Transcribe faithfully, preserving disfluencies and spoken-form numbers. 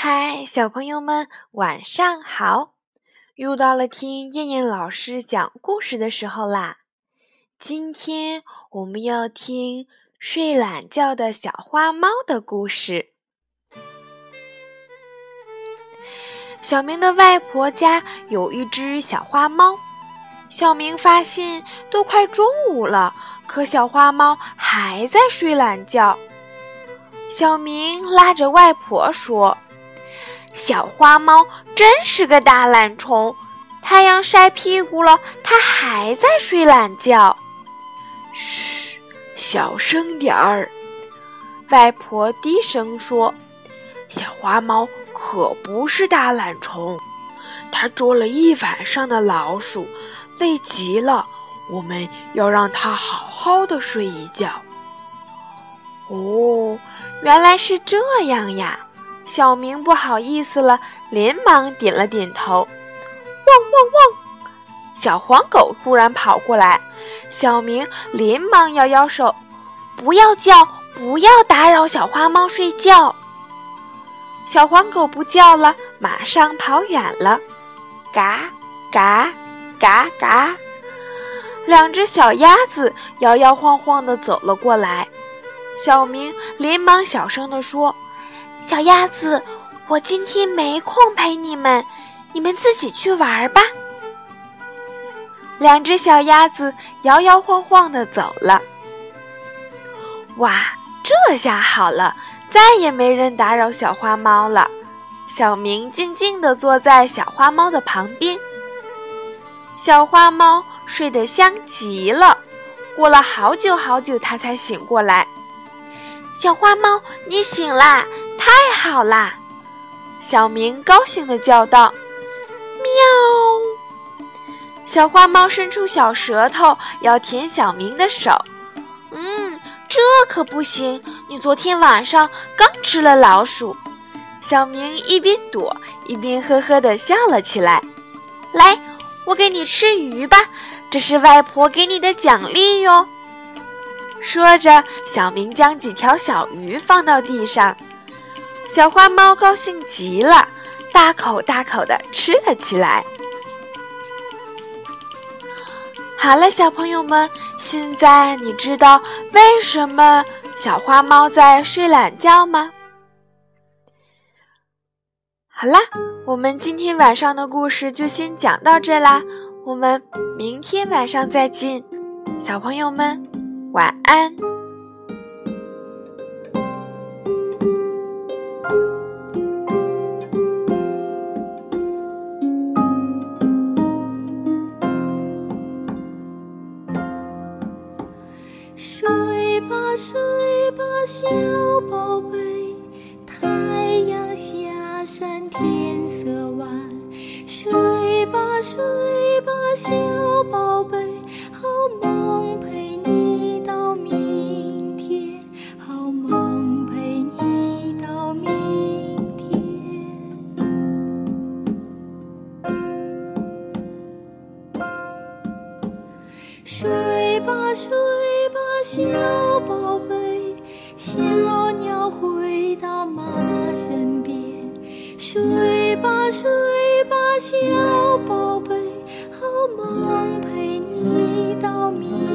嗨，小朋友们，晚上好！又到了听燕燕老师讲故事的时候啦。今天我们要听睡懒觉的小花猫的故事。小明的外婆家有一只小花猫，小明发现都快中午了，可小花猫还在睡懒觉。小明拉着外婆说，小花猫真是个大懒虫，太阳晒屁股了，它还在睡懒觉。 嘘，小声点儿。 外婆低声说， 小花猫可不是大懒虫，它捉了一晚上的老鼠，累极了，我们要让它好好的睡一觉。 哦，原来是这样呀。小明不好意思了，连忙点了点头。汪汪汪！小黄狗突然跑过来，小明连忙摇摇手，不要叫，不要打扰小花猫睡觉。小黄狗不叫了，马上跑远了。嘎嘎嘎嘎！两只小鸭子摇摇晃晃地走了过来，小明连忙小声地说，小鸭子，我今天没空陪你们，你们自己去玩吧。两只小鸭子摇摇晃晃地走了。哇，这下好了，再也没人打扰小花猫了。小明静静地坐在小花猫的旁边。小花猫睡得香极了，过了好久好久，它才醒过来。小花猫，你醒啦！太好啦！小明高兴地叫道。喵！小花猫伸出小舌头要舔小明的手。嗯，这可不行，你昨天晚上刚吃了老鼠。小明一边躲一边呵呵地笑了起来。来，我给你吃鱼吧，这是外婆给你的奖励哟。说着，小明将几条小鱼放到地上。小花猫高兴极了，大口大口地吃了起来。好了，小朋友们，现在你知道为什么小花猫在睡懒觉吗？好啦，我们今天晚上的故事就先讲到这啦，我们明天晚上再见，小朋友们晚安。 睡吧睡吧小宝贝，太阳下山天色晚，睡吧睡吧小宝贝，好梦陪你到明天，好梦陪你到明天。睡吧睡吧小宝贝，小鸟回到妈妈身边。睡吧睡吧小宝贝，好梦陪你到明天。